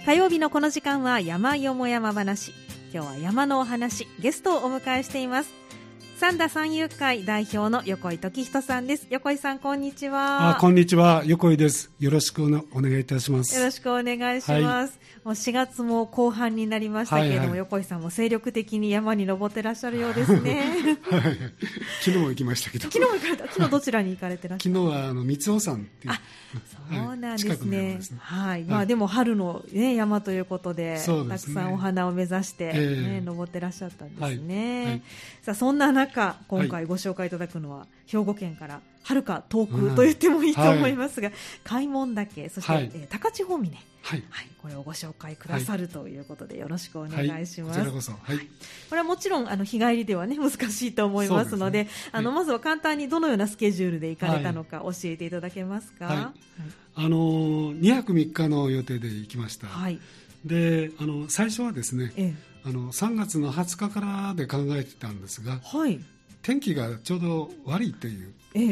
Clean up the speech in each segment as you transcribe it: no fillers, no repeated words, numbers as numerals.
火曜日のこの時間は山よも山話。今日は山のお話、ゲストをお迎えしています。三田山友会代表の横井時人さんです。横井さん、こんにちは。 こんにちは、横井です。よろしくお願いいたします。 よろしくお願いします。もう4月も後半になりましたけれども、横井さんも精力的に山に登ってらっしゃるようですね。 昨日も行きましたけど。 昨日も行かれた。昨日どちらに行かれてらっしゃる？ 昨日は三尾山っていう。 そうなんですね。はい。 まあでも春の、山ということで、たくさんお花を目指して、登ってらっしゃったんですね。さあ、そんな中、今回ご紹介いただくのは、兵庫県から遥か遠くと言ってもいいと思いますが、開門岳、そして、高千穂峰、これをご紹介くださるということで、よろしくお願いします。 こちらこそ。これはもちろん日帰りではね、難しいと思いますので、まずは簡単にどのようなスケジュールで行かれたのか教えていただけますか？ 2泊3日の予定で行きました。で、最初はですね、3月の20日からで考えてたんですが、天気がちょうど悪いという、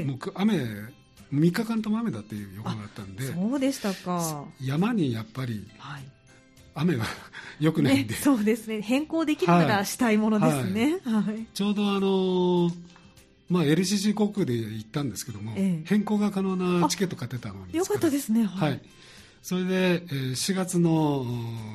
もう雨3日間とも雨だという予報があったんで、 そうでしたか。 山にやっぱり、雨は良くないんで、 そうですね、変更できるならしたいものですね。 ちょうどLCC 航空で行ったんですけども、変更が可能なチケット買ってたもんですから、 よかったですね。 それで、4月の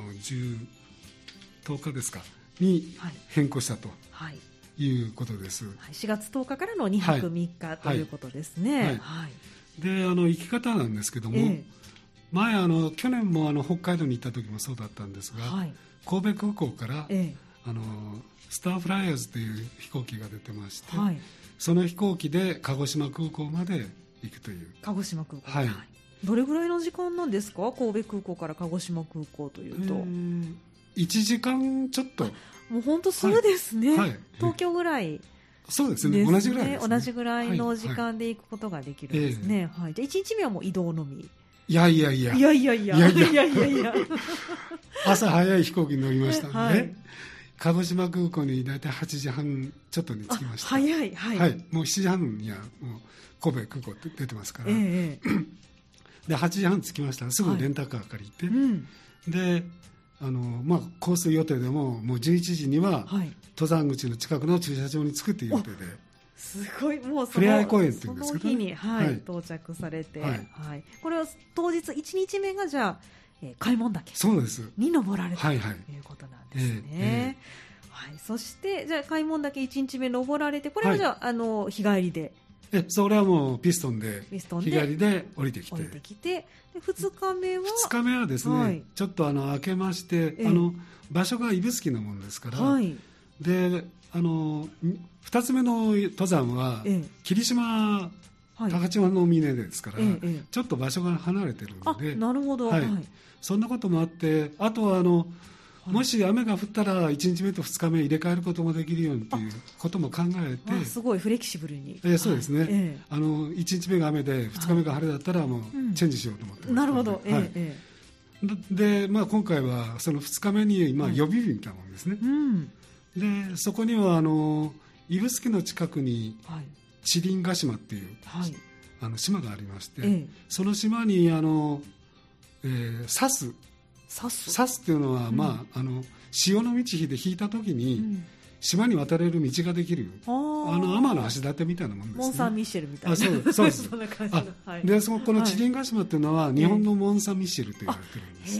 10日ですかに変更したということです。 4月10日からの2泊3日ということですね。 で、行き方なんですけども、前去年も北海道に行った時もそうだったんですが、神戸空港から、スターフライヤーズという飛行機が出てまして、その飛行機で鹿児島空港まで行くという。 鹿児島空港、どれぐらいの時間なんですか？神戸空港から鹿児島空港というと、 1時間ちょっと。 もう本当そうですね。東京ぐらい。 そうですね。同じぐらいですね。 同じぐらいの時間で行くことができるんですね。じゃあ1日目はもう移動のみ。 いや朝早い飛行機に乗りましたので、鹿児島空港に大体8時半ちょっとに着きました。早い。もう7時半にはもう神戸空港って出てますから。で、8時半着きましたらすぐレンタカー借りて、で、コース予定でももう11時には登山口の近くの駐車場に着くという予定で、 すごい、もうふれあい公園っていうんですけど、 その日に、到着されて、これは当日1日目がじゃあ開門岳に登られたということなんですね。そしてじゃあ開門岳1日目登られて、これはじゃあ、日帰りで。 それはもうピストンで日帰りで降りてきて、 で2日目はですね、ちょっと明けまして、場所が指宿のものですから、で2つ目の登山は霧島高千穂の峰ですから、ちょっと場所が離れてるので、 なるほど、 そんなこともあって、あとはもし雨が降ったら1日目と2日目入れ替えることもできるようにということも考えて、 すごいフレキシブルに。 そうですね、1日目が雨で2日目が晴れだったらもうチェンジしようと思ってます。 なるほど。 で、今回はその2日目に予備日みたいなものですね。で、そこには指宿の近くに知林ヶ島っていう島がありまして、その島にサスっていうのは、潮の満ち干で引いた時に、島に渡れる道ができる、天の橋立みたいなもんですね。 モン・サン・ミッシェルみたいな。 そうです。 そんな感じの。 で、この知林ヶ島っていうのは日本のモン・サン・ミッシェルと言われてるんです。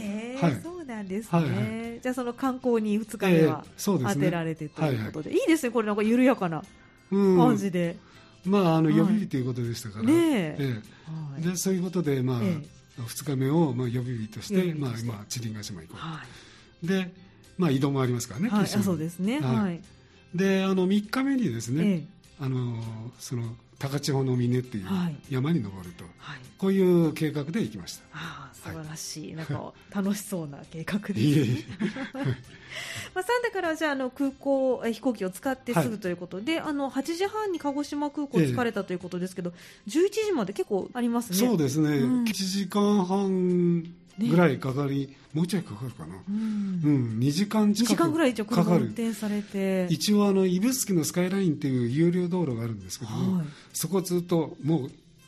そうなんですね。じゃあその観光に2日目は当てられてということで、いいですね、これなんか緩やかな感じで。 予備日ということでしたから、でそういうことで2日目を予備日として、知林ヶ島行こうと。で、移動もありますからね。 そうですね。 で、3日目にですね、その高千穂の峰っていう山に登ると、こういう計画で行きました。 素晴らしい、なんか楽しそうな計画ですね。三田からじゃあ飛行機を使ってすぐということで、8時半に鹿児島空港着かれたということですけど、11時まで結構ありますね。 そうですね、1時間半ぐらいかかり、もうちょいかかるかな、2時間近くかかる。2時間ぐらい一応車運転されて、一応指宿のスカイラインっていう有料道路があるんですけども、そこをずっともう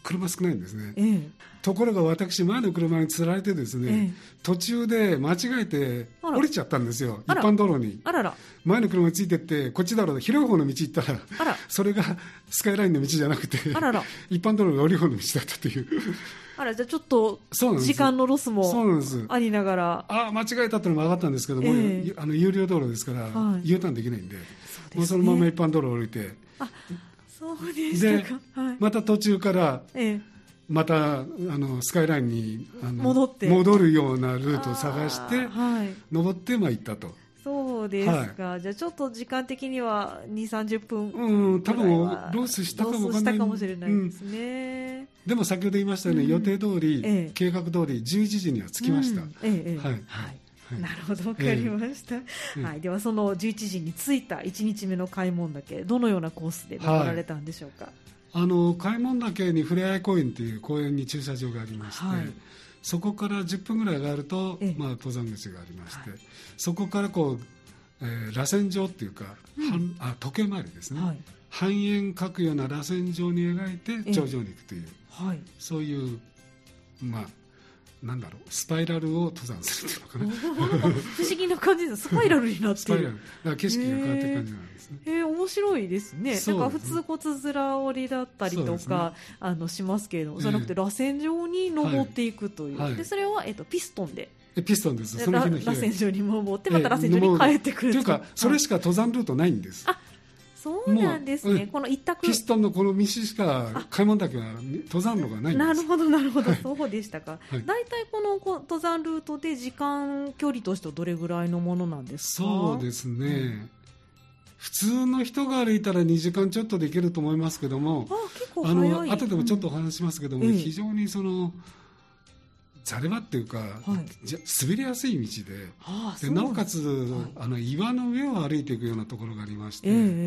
車少ないんですね、ところが私前の車につられてですね、途中で間違えて降りちゃったんですよ、一般道路に。前の車についてってこっちだろう、広い方の道行ったらそれがスカイラインの道じゃなくて一般道路の降りる方の道だったという。 じゃあちょっと時間のロスもありながら、 間違えたっていうのも分かったんですけども、有料道路ですから、U ターンできないんで、もうそのまま一般道路を降りて、 そうでしたか。 また途中からまたスカイラインに戻るようなルートを探して登って行ったと。 そうですか、じゃあちょっと時間的には2、30 分多分ロスしたかもしれないですね、 でも先ほど言いましたように、予定通り、計画通り11時には着きました。 なるほど、分かりました、ではその11時に着いた1日目の開門岳、どのようなコースで登られたんでしょうか。 開門岳にふれあい公園という公園に駐車場がありまして、そこから10分ぐらい上がると、登山口がありまして、そこから螺旋状っていうか、時計回りですね、半円描くような螺旋状に描いて頂上に行くという、そういうなんだろう、スパイラルを登山するっていうのかな不思議な感じです。スパイラルになっている。 スパイラルだから景色が変わっていく感じなんですね。 面白いですね。なんか普通骨面折りだったりとか、しますけれども、じゃなくて螺旋状に登っていくという、でそれは、ピストンでピストンです。その日の日螺旋状に登ってまた螺旋状に帰ってくるというか、それしか登山ルートないんです。 そうなんですね。この一択ピストンのこの道しか開門岳は登山路がないんです。 なるほどなるほど、そうでしたか。だいたいこの登山ルートで時間距離としてはどれぐらいのものなんですか。 そうですね、普通の人が歩いたら2時間ちょっとで行けると思いますけども、 結構早い。 後でもちょっとお話しますけども、非常にざれ場っていうか、滑りやすい道で、なおかつ、岩の上を歩いていくようなところがありまして、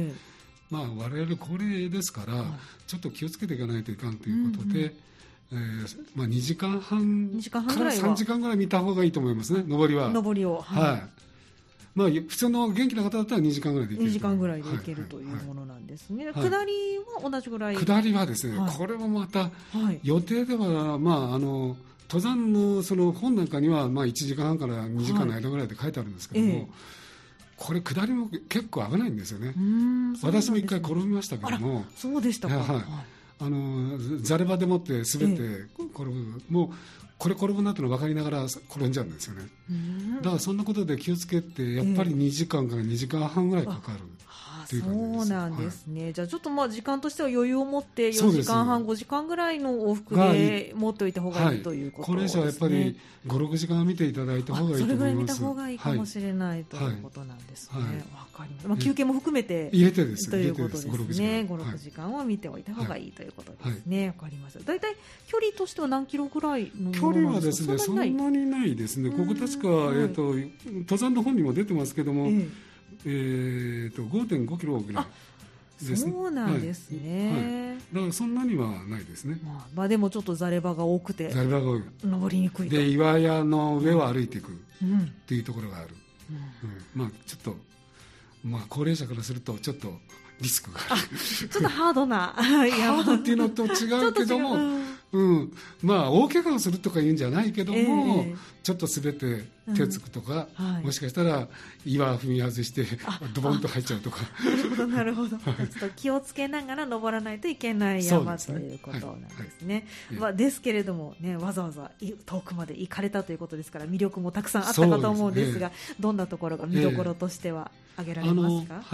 我々高齢ですから、ちょっと気をつけていかないといかんということで、2時間半から3時間ぐらい見た方がいいと思いますね、上りは。 上りを、 普通の元気な方だったら2時間ぐらいで行ける。 2時間ぐらいで行けるというものなんですね。下りは同じぐらい。 下りはですね、これもまた、予定では登山のその本なんかには1時間半から2時間の間ぐらいで書いてあるんですけども、これ下りも結構危ないんですよね。私も一回転びましたけども。 そうでしたか。 ざれ場でもって滑って転ぶ、もうこれ転ぶなというの分かりながら転んじゃうんですよね。だからそんなことで気をつけて、やっぱり2時間から2時間半ぐらいかかる。 そうなんですね。じゃあちょっと時間としては余裕を持って4時間半5時間ぐらいの往復で持っておいた方がいいということですね。 これ以上はやっぱり5、6時間見ていただいた方がいいと思います。それぐらい見た方がいいかもしれないということなんですね。わかります。休憩も含めて入れてですということですね。5、6時間を見ておいた方がいいということですね。わかります。だいたい距離としては何キロぐらいのものなんですか。 距離はですね、そんなにないですね。ここ確か登山の本にも出てますけども、5.5 キロぐらい。 そうなんですね。 だからそんなにはないですね。 でもちょっとざれ場が多くて登りにくいと。 で岩屋の上を歩いていくっていうところがある。ちょっと高齢者からするとちょっとリスクがある。 ちょっとハードなハードっていうのと違うけども、大怪我をするとか言うんじゃないけども、ちょっと滑って手つくとか、もしかしたら岩踏み外してドボンと入っちゃうとか。 なるほど。ちょっと気をつけながら登らないといけない山ということなんですね。ですけれどもね、わざわざ遠くまで行かれたということですから、魅力もたくさんあったかと思うんですが、どんなところが見どころとしては挙げられますか。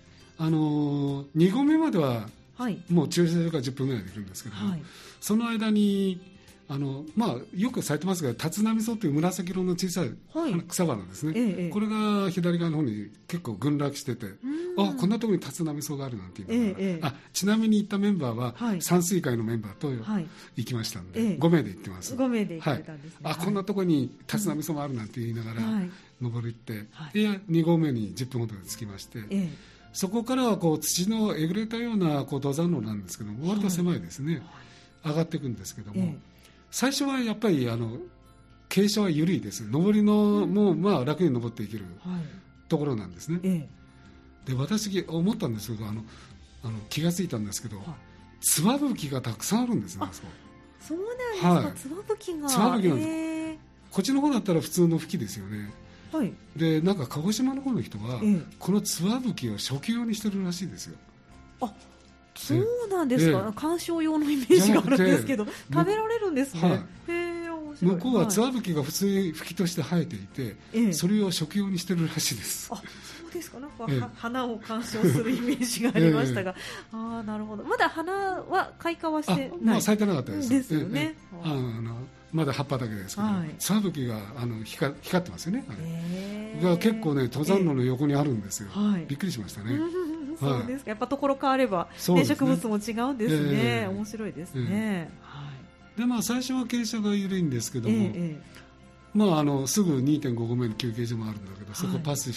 2合目まではもう駐車場から10分ぐらいできるんですけども、その間によく咲いてますが、立浪草という紫色の小さい草花ですね、これが左側の方に結構群落してて、こんなところに立浪草があるなんて言いながら、ちなみに行ったメンバーは山水会のメンバーと行きましたので、5名で行ってます。 5名で行かれたんですね。 こんなところに立浪草もあるなんて言いながら登り行って、2合目に10分ほどで着きまして、そこからは土のえぐれたような登山路なんですけども、割と狭いですね、上がっていくんですけども、最初はやっぱり傾斜は緩いです。上りのも楽に登っていけるところなんですね。で私思ったんですけど、気がついたんですけど、 つば吹きがたくさんあるんですね。 そうなんですか、つば吹きが。 つば吹きがこっちの方だったら普通の吹きですよね。 はい、 でなんか鹿児島の方の人は、このつば吹きを食用にしてるらしいですよ。 そうなんですか、観賞用のイメージがあるんですけど、食べられるんですね。 向こうはつば吹きが普通に吹きとして生えていて、それを食用にしてるらしいです。 そうですか、なんか、花を観賞するイメージがありましたが、なるほど。まだ花は開花はしてない。 咲いてなかったです。 ですよね。 まだ葉っぱだけですけど、つば吹きが光ってますよね。が結構ね、登山路の横にあるんですよ。びっくりしましたね。 そうですか。やっぱところ変われば、植物も違うんですね。面白いですね。 で最初は傾斜が緩いんですけども、すぐ 2.5 合目の休憩所もあるんだけど、そこパスして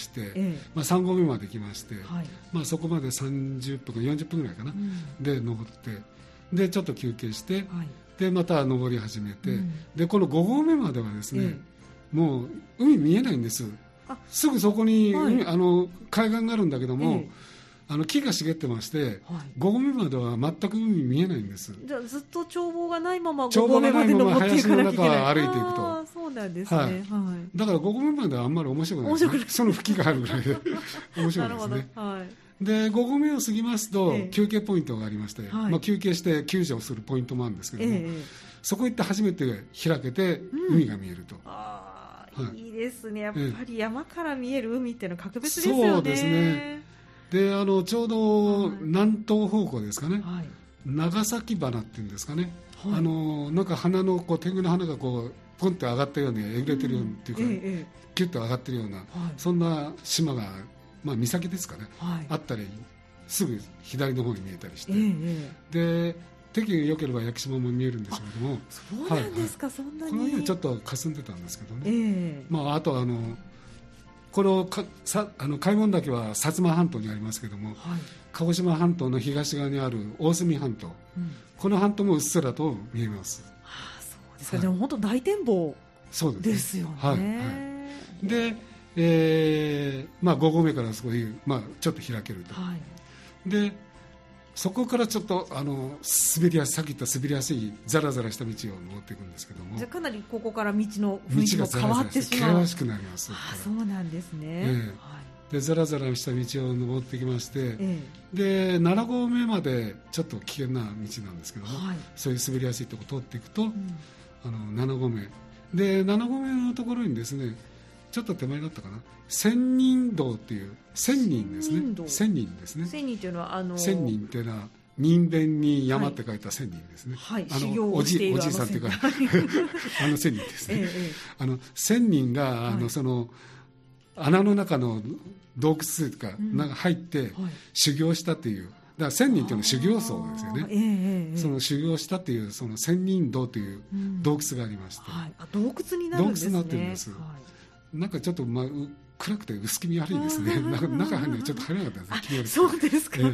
、3合目まで来まして、そこまで30分か40分ぐらいかな、で登ってでちょっと休憩して、でまた登り始めて、でこの5合目まではですね、もう海見えないんです。すぐそこに海岸があるんだけども、木が茂ってまして、5合目までは全く海見えないんです。 じゃあずっと眺望がないまま5合目まで登っていかなきゃいけない。 林の中を歩いていくと。 そうなんですね。 だから5合目まではあんまり面白くないですね。その吹きがあるぐらいで面白いですね。で5合目を過ぎますと休憩ポイントがありまして、休憩して救助をするポイントもあるんですけども、そこ行って初めて開けて海が見えると。 いいですね。やっぱり山から見える海っていうのは格別ですよね。 そうですね。でちょうど南東方向ですかね、長崎花っていうんですかね、なんか花の天狗の花がポンって上がったようにえぐれてるようにっていうか、キュッと上がってるような、そんな島が、岬ですかね、あったりすぐ左の方に見えたりして、で天気が良ければ屋久島も見えるんですけれども、 そうなんですか、そんなに。 この日はちょっと霞んでたんですけどね、あとこの開聞岳は薩摩半島にありますけども、鹿児島半島の東側にある大隅半島、この半島もうっすらと見えます。 そうですか。でも本当大展望ですよね。 で、5合目からそこで、ちょっと開けると、でそこからちょっと滑りやすい、さっき言った滑りやすいザラザラした道を登っていくんですけども、 じゃあかなりここから道の雰囲気も変わってしまう。 険しくなります。 そうなんですね。 でザラザラした道を登ってきまして、で7合目までちょっと危険な道なんですけども、そういう滑りやすいところを通っていくと、7合目で7合目のところにですね、ちょっと手前だったかな、仙人道っていう仙人ですね。仙人ですね。 仙人というのは仙人っていうのは人弁に山って書いた仙人ですね。おじいさんというか仙人ですね。仙人がその穴の中の洞窟というか入って修行したっていう。だから仙人というのは修行僧ですよね。その修行したっていうその仙人道という洞窟がありまして、 洞窟になるんですね。 洞窟になってるんです。なんかちょっと暗くて薄気味悪いですね。中入るのちょっと入らなかったですね。 そうですか。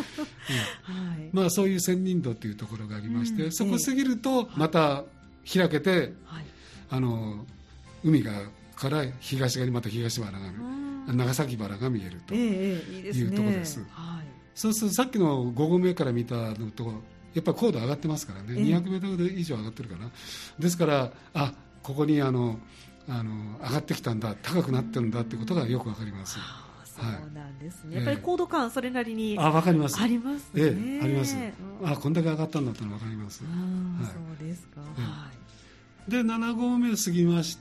そういう仙人道というところがありまして、そこ過ぎるとまた開けて、海から東側にまた東原が長崎原が見えるというところです。そうするとさっきの5合目から見たのとやっぱり高度上がってますからね、200メートル以上上がってるかな。ですからここに上がってきたんだ、高くなってるんだってことがよくわかります。 そうなんですね。やっぱり高度感それなりにわかります。 ありますね。 あります。こんだけ上がったんだってのわかります。 そうですか。 で7合目を過ぎまして、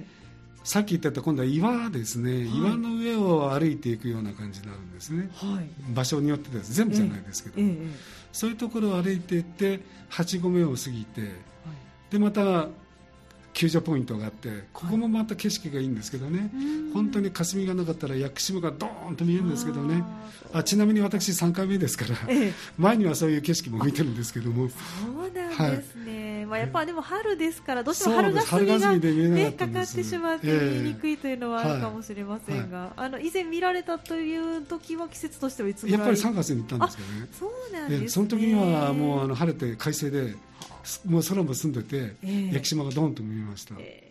さっき言ってた今度は岩ですね。岩の上を歩いていくような感じになるんですね。場所によってです。全部じゃないですけど、そういうところを歩いていって8合目を過ぎて、でまた救助ポイントがあって、ここもまた景色がいいんですけどね、本当に霞がなかったら屋久島がドーンと見えるんですけどね、ちなみに私3回目ですから、前にはそういう景色も見てるんですけども。 そうなんですね。やっぱでも春ですからどうしても春霞が、かかってしまって見えにくいというのはあるかもしれませんが、以前見られたという時は季節としてはいつぐらい？ やっぱり3月に行ったんですけどね。 そうなんですね。 その時にはもう晴れて快晴で、もう空も澄んでて、屋久島がドーンと見えました。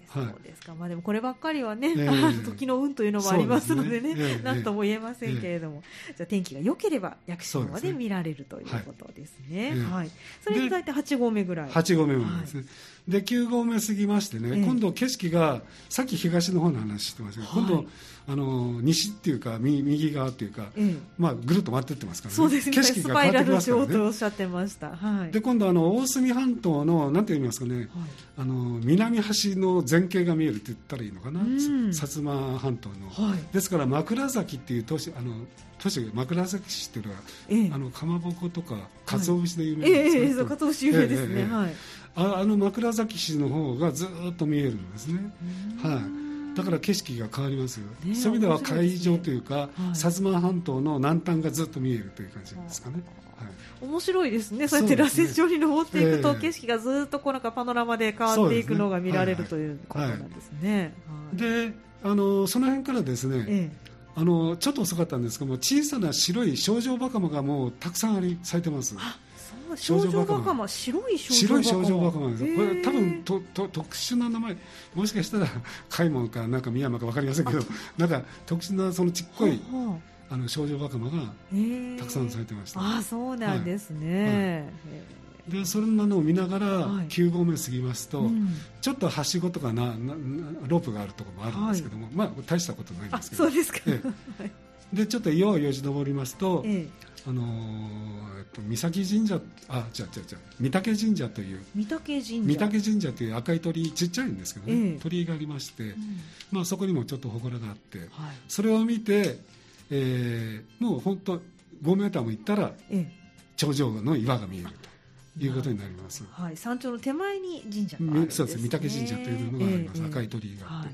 そうですか。まあでもこればっかりはね、時の運というのもありますのでね、なんとも言えませんけれども、じゃあ天気が良ければ屋久島まで見られるということですね。はい。それに大体8合目ぐらい。 8合目までですね。で9合目過ぎましてね、今度景色がさっき東の方の話してましたけど、今度西っていうか右側っていうか、まあぐるっと回ってってますからね。 そうですね。景色が変わってきますからね。スパイラル状とおっしゃってました。はい。 で今度大隅半島のなんて言いますかね、南端の前景が見えるって言ったらいいのかな。薩摩半島の。ですから枕崎っていう都市枕崎市っていうのはかまぼことか鰹節で有名なんですね。 鰹節有名ですね。はい。 枕崎市の方がずっと見えるんですね。はい。だから景色が変わりますよ。そういう意味では海上というか、薩摩半島の南端がずっと見えるという感じですかね。 面白いですね。そうやって螺旋状に登っていくと、景色がずっとこうなんかパノラマで変わっていくのが見られるということなんですね。 で、その辺からですね、ちょっと遅かったんですけども、小さな白いショウジョウバカマがもうたくさん咲いてます。 ショウジョウバカマ、白いショウジョウバカマです。これ多分特殊な名前、もしかしたらカイモンかなんかミヤマか分かりませんけど、なんか特殊なそのちっこいショウジョウバカマがたくさん咲いてました。 あ、そうなんですね。 でそんなのを見ながら9合目過ぎますと、ちょっとはしごとかロープがあるところもあるんですけども、まあ大したことないんですけど、 そうですか。 でちょっと岩をよじ登りますと、三崎神社、御嶽神社という御嶽神社という赤い鳥居、ちっちゃいんですけどね、鳥居がありまして、まあ、そこにもちょっと祠があって、それを見て、もう本当5メーターも行ったら、頂上の岩が見えるということになります。 はい、山頂の手前に神社があるんですね。 そうです。御嶽神社というのがあります。赤い鳥居があって、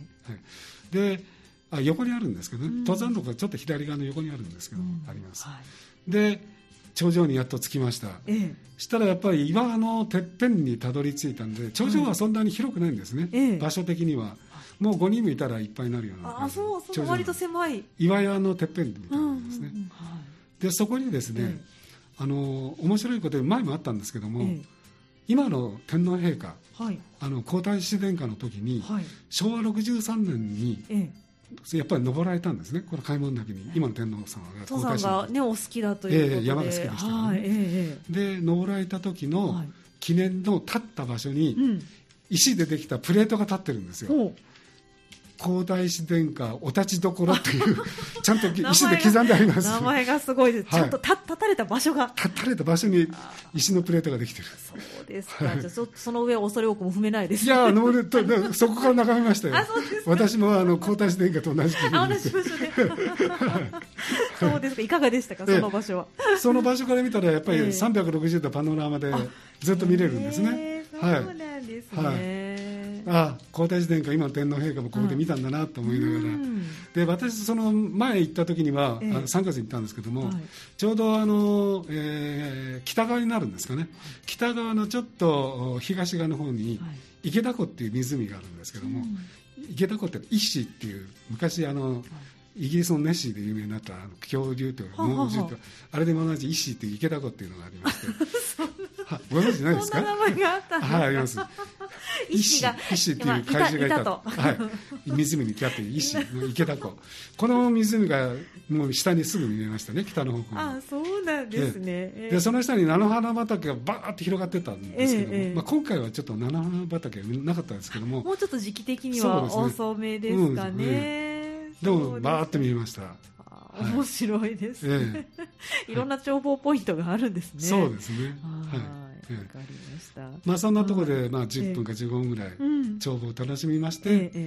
で横にあるんですけどね、登山道がちょっと左側の横にあるんですけど、あります。で頂上にやっと着きました。したらやっぱり岩のてっぺんにたどり着いたんで、頂上はそんなに広くないんですね、場所的には。もう5人もいたらいっぱいになるような感じ。 そう割と狭い岩屋のてっぺんみたいなんですね。でそこにですね、面白いことで前もあったんですけども、今の天皇陛下、皇太子殿下の時に、昭和63年に、やっぱり登られたんですね、この開門岳に。今の天皇様が登山が、ね、お好きだということで、 山が好きでしたからね。で登られた時の記念の立った場所に、石でできたプレートが立ってるんですよ。皇太子殿下お立ちどころというちゃんと石で刻んであります。 名前がすごいです。ちゃんと立たれた場所が、 立たれた場所に石のプレートができてる。 そうですか。じゃあその上を恐れ多くも踏めないです。 いやそこから眺めましたよ。私も皇太子殿下と同じ同じ場所でそうですか。いかがでしたか、その場所は。 その場所から見たらやっぱり360度パノラマでずっと見れるんですね。 そうなんですね。 皇太子殿下、今の天皇陛下もここで見たんだなと思いながら、で私その前行った時には、3月に行ったんですけども、ちょうど北側になるんですかね、北側のちょっと東側の方に池田湖っていう湖があるんですけども、池田湖ってイッシーっていう昔イギリスのネッシーで有名になった恐竜とか猛獣とあれでも同じイッシーっていう池田湖っていうのがありましてご存知ないですか。 そんな名前があったんですか。 あります。イシっていう怪獣がいたと。湖にいたというイシの池田湖。この湖がもう下にすぐ見えましたね、北の方向に。 そうなんですね。 でその下に菜の花畑がバーッと広がってたんですけども、今回はちょっと菜の花畑はなかったんですけども、 もうちょっと時期的には遅めですかね。 でもバーッと見えました。 面白いですね。いろんな情報ポイントがあるんですね。 そうですね。 わかりました。 まあそんなところで10分か15分ぐらい眺望を楽しみまして、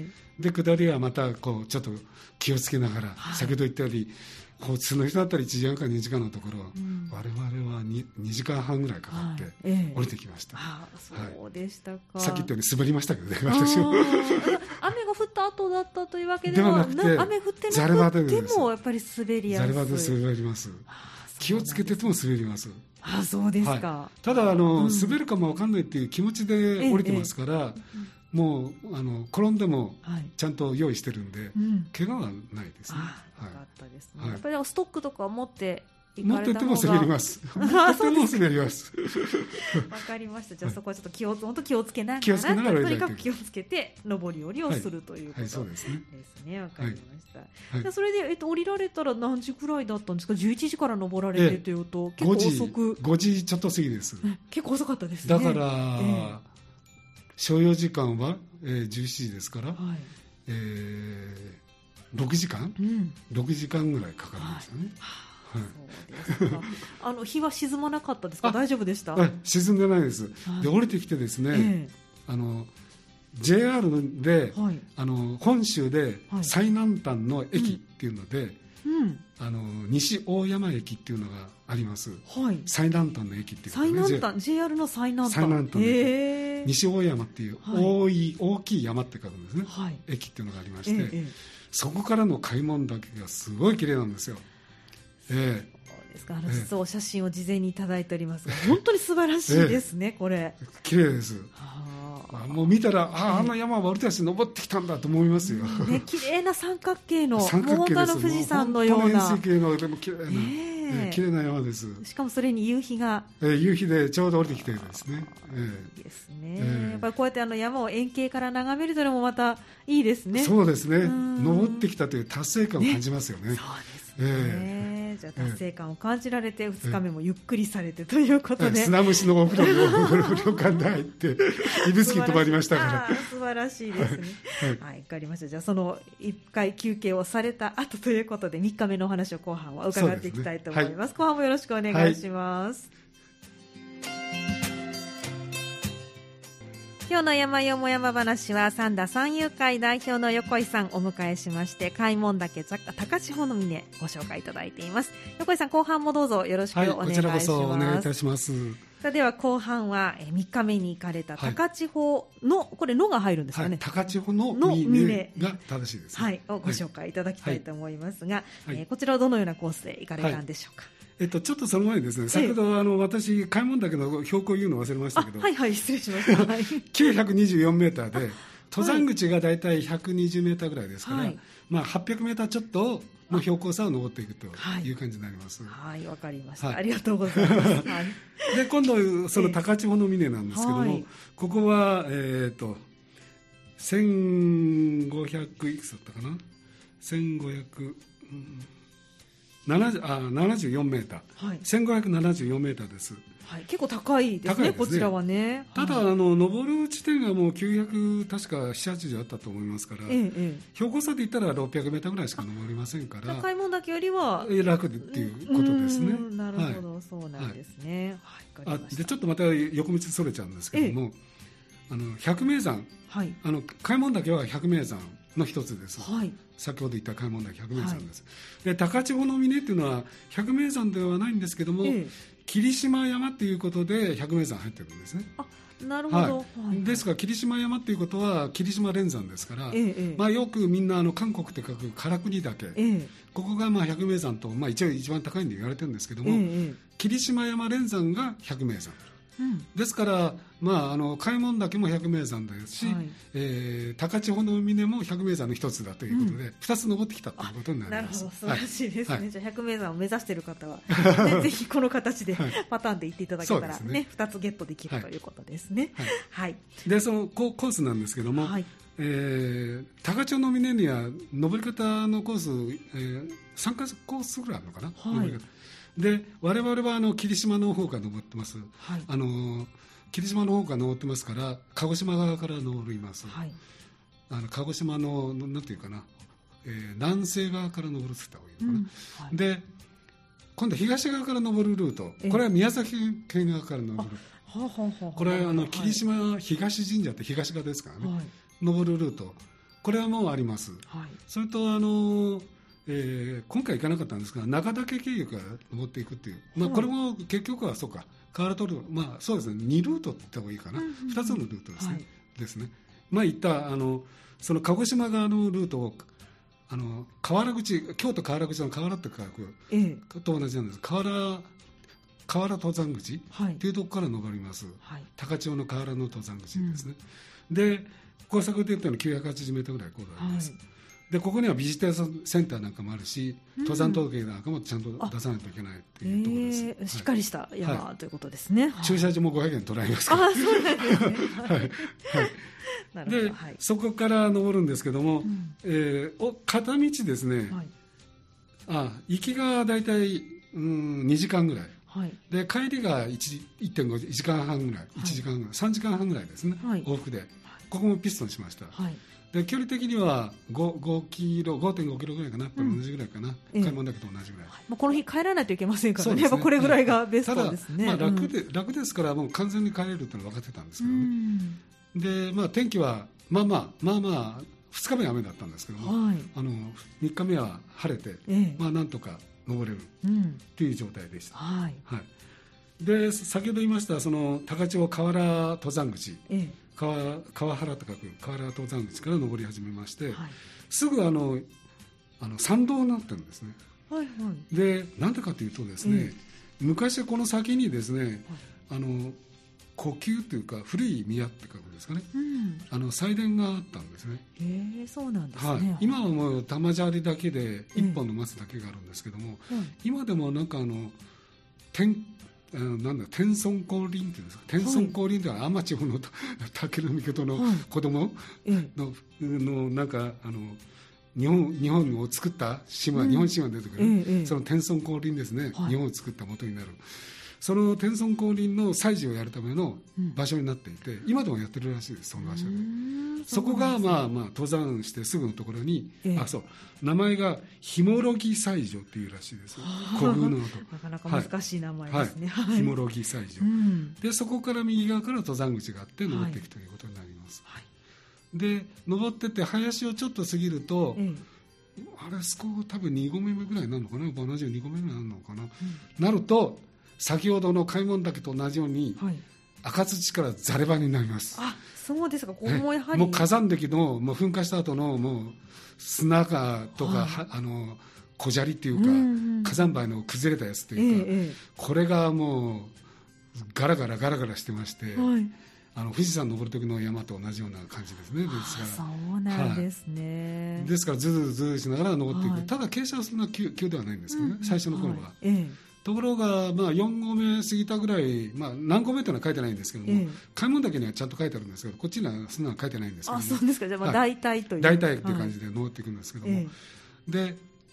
で下りはまたこうちょっと気をつけながら、先ほど言ったより普通の人だったら1時間か2時間のところ、我々は 2時間半ぐらいかかって降りてきました。 そうでしたか。 さっき言ったように滑りましたけどね、私も。 雨が降った後だったというわけではなくて、雨降ってなくてもやっぱり滑りやすい。 ザルバで滑ります。気をつけてても滑ります。 そうですか。 ただ滑るかも分かんないっていう気持ちで降りてますから、もう転んでもちゃんと用意してるんで、怪我はないですね。 よかったですね。やっぱりストックとか持って持ってても滑ります。持ってても滑ります。 わかりました。じゃあそこはちょっと本当気をつけながら、とにかく気をつけて上り下りをするということですね。ですね。わかりました。それで降りられたら何時くらいだったんですか。11時から登られてというと結構遅く。 5時ちょっと過ぎです。 結構遅かったですね。 だから所要時間は17時ですから、6時間ぐらいかかりましたね。 そうですか。日は沈まなかったですか。大丈夫でした。 沈んでないです。で降りてきてですね、JR で、本州で最南端の駅っていうので、西大山駅っていうのがあります。最南端の駅っていうのね。 最南端、JR の最南端。 西大山っていう大きい山って書くんですね。駅っていうのがありまして、そこからの開門岳がすごい綺麗なんですよ。 そうですか。実はお写真を事前にいただいておりますが、本当に素晴らしいですね。これ綺麗です。もう見たらあの山は俺たち登ってきたんだと思いますよ。 綺麗な三角形の本当の富士山のような。 円錐形のでも綺麗な綺麗な山です。 しかもそれに夕日が夕日でちょうど降りてきてるんですね。 いいですね。やっぱりこうやって山を円形から眺めるというのもまたいいですね。 そうですね。登ってきたという達成感を感じますよね。 そうですね。じゃあ達成感を感じられて2日目もゆっくりされてということで、 砂蒸しのお風呂に旅館で入って指宿に泊まりましたから素晴らしいですね。はい、わかりました。じゃあその1回休憩をされた後ということで3日目のお話を後半は伺っていきたいと思います。後半もよろしくお願いします。今日の山よも山話は三田山友会代表の横井さんをお迎えしまして、開門岳高千穂の峰ご紹介いただいています。横井さん、後半もどうぞよろしくお願いします。 こちらこそお願いいたします。 では後半は3日目に行かれた高千穂の、これのが入るんですかね。 高千穂の峰が正しいです、 をご紹介いただきたいと思いますが、こちらはどのようなコースで行かれたんでしょうか。 ちょっとその前にですね、先ほど私開門岳の標高を言うのを忘れましたけど、 失礼しました。 924メーターで登山口がだいたい120メーターぐらいですから、800メーターちょっとの標高差を登っていくという感じになります。 わかりました。ありがとうございます。 で今度その高千穂の峰なんですけども、ここは1500いくつだったかな、74メーター、1574メーターです。 結構高いですね、こちらはね。 ただ登る地点がもう900確か780あったと思いますから、標高差で言ったら600メーターぐらいしか登りませんから、 高いもんだけよりは楽っていうことですね。 なるほど、そうなんですね。 でちょっとまた横道それちゃうんですけども、百名山、開門岳は百名山の一つです。先ほど言った開門岳百名山です。で高千穂の峰っていうのは百名山ではないんですけども、霧島山っていうことで百名山入ってるんですね。 なるほど。 ですから霧島山っていうことは霧島連山ですから、よくみんな韓国って書く唐国岳、ここが百名山と、一応一番高いんで言われてるんですけども、霧島山連山が百名山。ですから、開門岳も百名山ですし、高千穂の峰も百名山の一つだということで、2つ登ってきたということになります。 なるほど、素晴らしいですね。じゃあ百名山を目指している方は、ぜひこの形でパターンで行っていただけたら2つゲットできるということですね。 でそのコースなんですけども、高千穂の峰には登り方のコース、3かコースぐらいあるのかな、登り方で、我々は霧島の方から登ってます。霧島の方から登ってますから、鹿児島側から登ります。鹿児島のなんていうかな、南西側から登るって言った方がいいのかな。で今度東側から登るルート、これは宮崎県側から登る。これは霧島東神社って東側ですからね、登るルート、これはもうあります。それと今回行かなかったんですが、中岳経由から登っていくっていう、これも結局はそうか、河原通る、そうですね、2ルートって言った方がいいかな、2つのルートですね。言ったその鹿児島側のルートを河原口、京都河原口の河原って書くと同じなんです。河原登山口っていうところから登ります。高千穂の河原の登山口ですね。でここは先ほど言ったように980メートルぐらい高度あります。 でここにはビジターセンターなんかもあるし、登山届なんかもちゃんと出さないといけないっていうところです。 しっかりした山、ということですね。 駐車場も500円取られますから。 そうなんですね。 で、そこから登るんですけども、片道ですね、行きがだいたい2時間ぐらい、で帰りが 1.5 時間半ぐらい、1時間ぐらい、3時間半ぐらいですね、往復で。ここもピストンしました。で距離的には 5.5 キロぐらいかな、同じぐらいかな、買い物だけと同じぐらい。 この日帰らないといけませんからね、やっぱこれぐらいがベストですね。 ただ、楽ですから、もう完全に帰れるってのは分かってたんですけどね。で、天気はまあ2日目は雨だったんですけども、3日目は晴れて、なんとか登れるという状態でした。で、先ほど言いましたその高千穂河原登山口、川原と書く河原登山口から登り始めまして、すぐ参道になってるんですね。で、なんでかというとですね、昔この先にですね、古旧というか古い宮って書くんですかね、祭殿があったんですね。 そうなんですね。 今はもう玉砂利だけで一本の松だけがあるんですけども、今でもなんか天孫降臨っていうんですか、天孫降臨というのは天地の武尊の子供のなんか日本を作った島、日本神話に出てくる、その天孫降臨ですね、日本を作った元になる。その天孫降臨の祭事をやるための場所になっていて、今でもやってるらしいです、その場所で。そこが登山してすぐのところに、名前がひもろぎ祭所っていうらしいです。古宮の音。 なかなか難しい名前ですね。 ひもろぎ祭所。で、そこから右側から登山口があって登っていくということになります。で、登ってって林をちょっと過ぎると、あれ多分2合目ぐらいになるのかな、72合目ぐらいになるのかな、なると先ほどの開門岳と同じように、赤土からザレ場になります。 そうですか。ここもやはりもう火山歴のもう噴火した後のもう砂かとか、小砂利っていうか、火山灰の崩れたやつというか、これがもうガラガラしてまして、富士山登る時の山と同じような感じですね。ですからそうなんですね。 ですからずるずるしながら登っていく。ただ傾斜はそんな急ではないんですけどね、最初の頃は。ところが、4合目過ぎたぐらい、何合目というのは書いてないんですけども、開門岳にはちゃんと書いてあるんですけど、こっちにはそんなの書いてないんですけども。 そうですか。じゃあ大体という。 大体という感じで登っていくんですけども。で、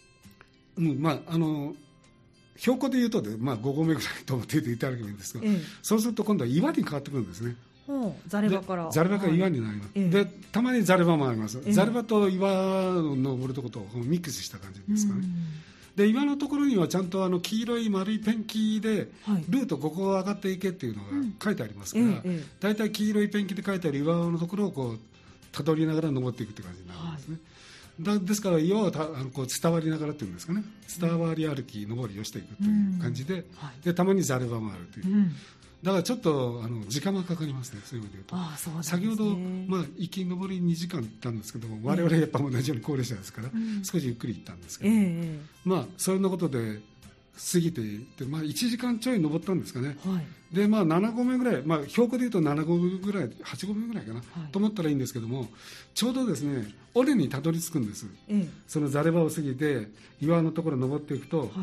標高でいうと5合目ぐらいと思っていただけばいいんですが、そうすると今度は岩に変わってくるんですね。 ザレ場から岩になります。で、たまにザレ場もあります。ザレ場と岩を登るところとミックスした感じですかね。で、岩のところにはちゃんと黄色い丸いペンキで、ルートここを上がっていけっていうのが書いてありますから、だいたい黄色いペンキで書いてある岩のところをたどりながら登っていくって感じになるんですね。ですから岩は伝わりながらっていうんですかね、伝わり歩き登りをしていくという感じで、たまにザレ場もあるという、だからちょっと時間がかかりますね、そういう意味で言うと。先ほど、行き登り2時間行ったんですけども、我々やっぱ同じように高齢者ですから、少しゆっくり行ったんですけど、そういうことで過ぎていって、1時間ちょい登ったんですかね。で、7合目ぐらい、標高で言うと7合目ぐらい、8合目ぐらいかな、と思ったらいいんですけども、ちょうどですね、尾根にたどり着くんです。そのザレ場を過ぎて、岩のところ登っていくと、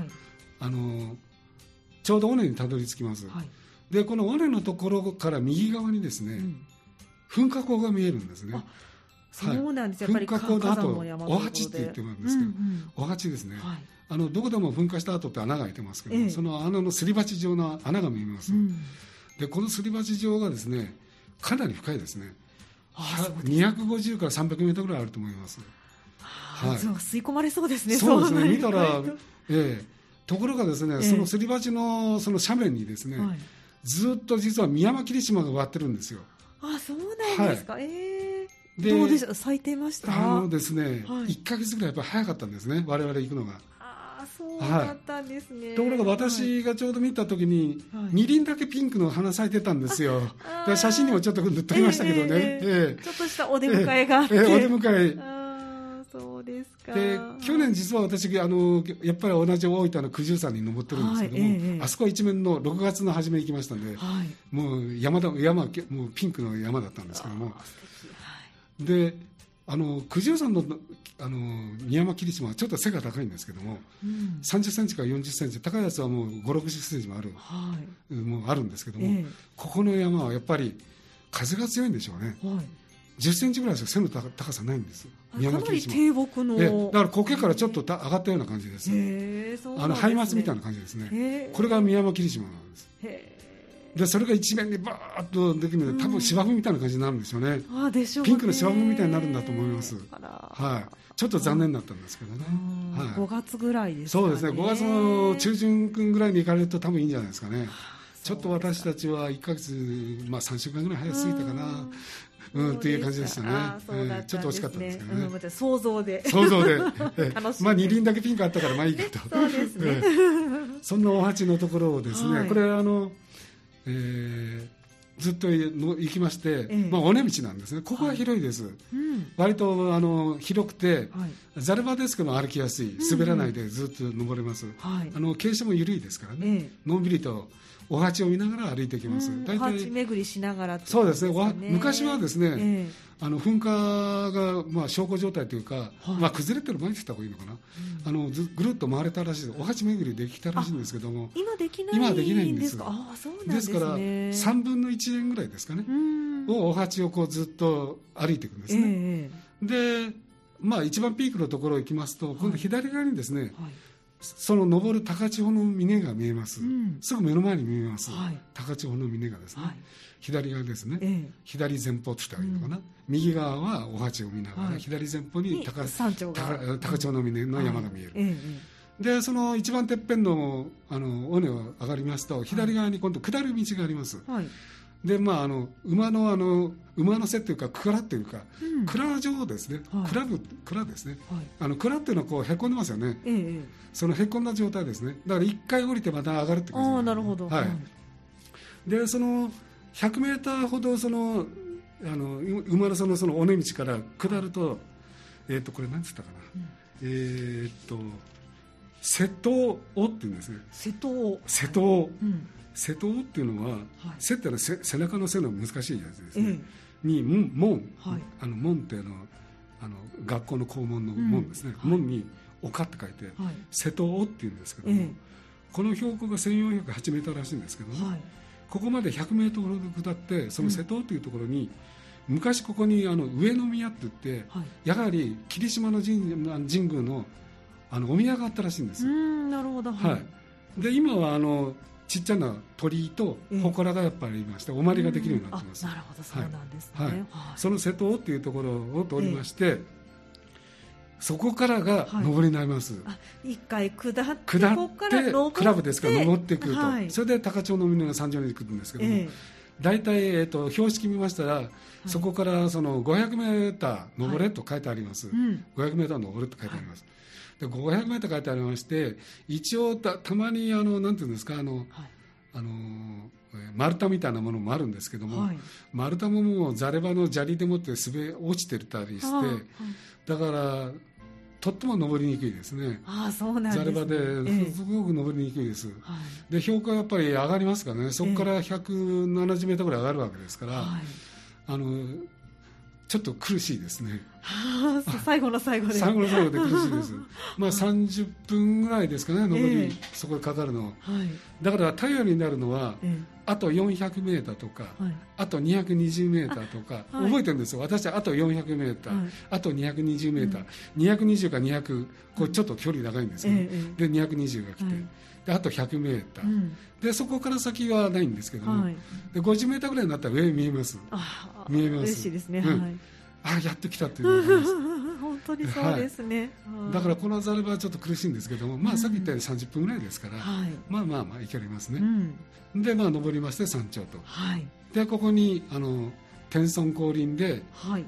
ちょうど尾根にたどり着きます。で、この尾根のところから右側にですね、噴火口が見えるんですね。 そうなんです。やっぱり噴火口の後、お鉢って言ってもらうんですけど、お鉢ですね。どこでも噴火した後って穴が開いてますけど、その穴のすり鉢状の穴が見えます。で、このすり鉢状がですね、かなり深いですね。250から300メートルぐらいあると思います。 吸い込まれそうですね。 そうですね。見たら、ところがですね、そのすり鉢のその斜面にですね、ずっと実はミヤマキリシマが割ってるんですよ。 そうなんですか。どうでした？咲いてました？ ですね、1ヶ月ぐらいやっぱり早かったんですね、我々行くのが。 そうだったんですね。 ところが私がちょうど見た時に、2輪だけピンクの花咲いてたんですよ。写真にもちょっと撮りましたけどね。 ちょっとしたお出迎えがあって。 お出迎え。 そうですか。 で、去年実は私やっぱり同じ大分の九十山に登ってるんですけども、あそこは一面の6月の初めに行きましたんで、もう山もうピンクの山だったんですけども、で九条山の三山霧島はちょっと背が高いんですけども、30センチから40センチ、高いやつはもう5、60センチもある、もうあるんですけども、ここの山はやっぱり風が強いんでしょうね。10センチぐらいしか背の高さないんです。 かなり低木の、 だから苔からちょっと上がったような感じです。ハイマツみたいな感じですね。これが三山霧島なんです。でそれが一面にバーッとできるので、多分芝生みたいな感じになるんですよね。ピンクの芝生みたいになるんだと思います。ちょっと残念だったんですけどね。 5月ぐらいですかね。 そうですね、5月の中旬ぐらいに行かれると多分いいんじゃないですかね。ちょっと私たちは1ヶ月、3週間ぐらい早すぎたかなっていう感じでしたね。ちょっと惜しかったんですけどね。 想像で二輪だけピンクあったからまあいいかと。 そうですね。 そんなお鉢のところをですね、これずっと行きまして、尾根道なんですね。ここは広いです。割と広くて、ザル場ですけど歩きやすい、滑らないでずっと登れます。傾斜も緩いですからね、のんびりとお鉢を見ながら歩いていきます。 お鉢巡りしながら。 そうですね。昔はですね、噴火が小康状態というか、崩れてる前に言った方がいいのかな、ぐるっと回れたらしいです。お鉢巡りできたらしいんですけども、 今できないんですか。 ですから3分の1円ぐらいですかねをお鉢をこうずっと歩いていくんですね。で一番ピークのところ行きますと、今度左側にですね、その登る高千穂の峰が見えます。すぐ目の前に見えます。高千穂の峰がですね、左側ですね、左前方って言ったらいいのかな、右側はお鉢を見ながら、左前方に高千穂の峰の山が見える。でその一番てっぺんの尾根を上がりますと、左側に今度下る道があります。で馬の背というか蔵というか、蔵状ですね、蔵ですね、蔵っていうのはこうへこんでますよね。そのへこんだ状態ですね。だから一回降りてまた上がるって感じです。 なるほど。 でその100メーターほど馬のその尾根道から下ると、これ何つったかな、瀬戸尾っていうんですね。瀬戸尾っていうのは、瀬ってのは背中の背の難しいやつですね。に門って学校の校門の門ですね。門に丘って書いて瀬戸尾っていうんですけども、この標高が1408メーターらしいんですけども、ここまで100メートルほど下って、その瀬戸尾というところに、昔ここに上宮って言って、やはり霧島の神宮のお宮があったらしいんです。 なるほど。 で今はちっちゃな鳥居と祠がやっぱりありまして、お参りができるようになっています。 なるほど、そうなんですね。 その瀬戸尾っていうところを通りまして、そこからが上りになります。 一回下ってここからクラブですから登ってくると、それで高千穂の峰の山頂に来るんですけども、大体、標識見ましたら、そこからその500メーター登れと書いてあります。500メーター登ると書いてあります。で500メーター書いてありまして、一応たまになんていうんですか、丸太みたいなものもあるんですけども、丸太ももうザレバの砂利でもって滑り落ちてたりして、だからとっても登りにくいですね。 そうなんですね。 ザレバですごく登りにくいです。で標高はやっぱり上がりますからね。そこから170メートルぐらい上がるわけですから、ちょっと苦しいですね。 最後の最後で。 最後の最後で苦しいです。30分ぐらいですかね、登り、そこでかかるの。だから頼りになるのは、あと400メーターとか、あと220メーターとか、覚えてるんですよ。私はあと400メーター、あと220メーター、220か200、これちょっと距離長いんですけど、で220が来て、であと100メーター、でそこから先はないんですけども、で50メーターぐらいになったら上見えます。見えます。 嬉しいですね。 やっと来たっていうのがあります。 本当にそうですね。 だからこのザルバはちょっと苦しいんですけども、さっき言ったように30分ぐらいですから、いけますね。で登りまして山頂と。でここに天孫降臨で、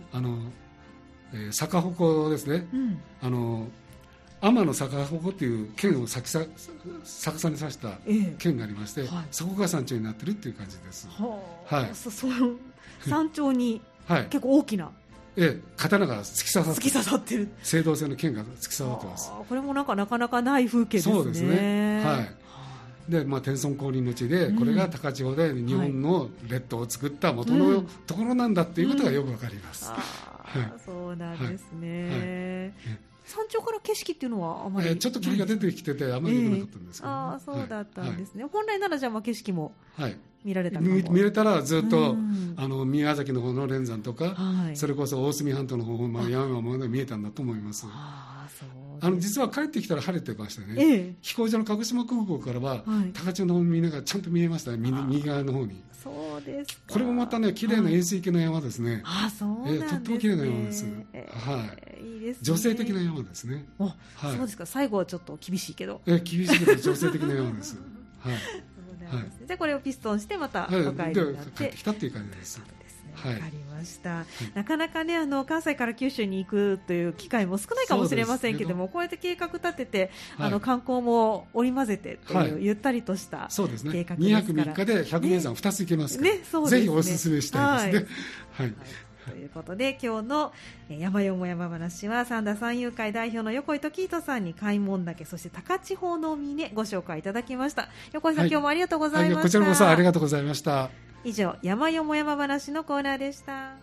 逆鉾ですね。天の逆鉾っていう剣を逆さに刺した剣がありまして、そこが山頂になってるっていう感じです。 その山頂に結構大きな刀が突き刺さってる青銅製の剣が突き刺さってます。 これもなかなかない風景ですね。 そうですね。 で天孫降臨の地で、これが高千穂で日本の列島を作った元のところなんだっていうことがよくわかります。 そうなんですね。山頂から景色っていうのはあまり、 ちょっと霧が出てきててあまり良くなかったんですけど、ね、 そうだったんですね。本来ならじゃあ景色も見られたかも、 見れたらずっと、宮崎の方の連山とか、それこそ大隅半島の方まで山々まで見えたんだと思います。実は帰ってきたら晴れてましたね、飛行場の鹿児島空港からは、高千穂の方に見ながらちゃんと見えましたね、右側の方に。 そうですか。 これもまたね、綺麗な円錐形の山ですね。 そうなんですね。 とっても綺麗な山です。 いいですね。 女性的な山ですね。 そうですか。最後はちょっと厳しいけど。 厳しいけど女性的な山です。 じゃあこれをピストンしてまたお帰りになって帰ってきたっていう感じです。 わかりました。なかなかね、関西から九州に行くという機会も少ないかもしれませんけども、こうやって計画立てて、観光も織り交ぜてというゆったりとした計画ですから。 2泊3日で百名山2つ行けますから、ぜひおすすめしたいですね。 ということで今日の山よも山話は三田山友会代表の横井時人さんに開聞岳、そして高千穂の峰ご紹介いただきました。横井さん、今日もありがとうございました。 こちらこそありがとうございました。 以上、山よも山話のコーナーでした。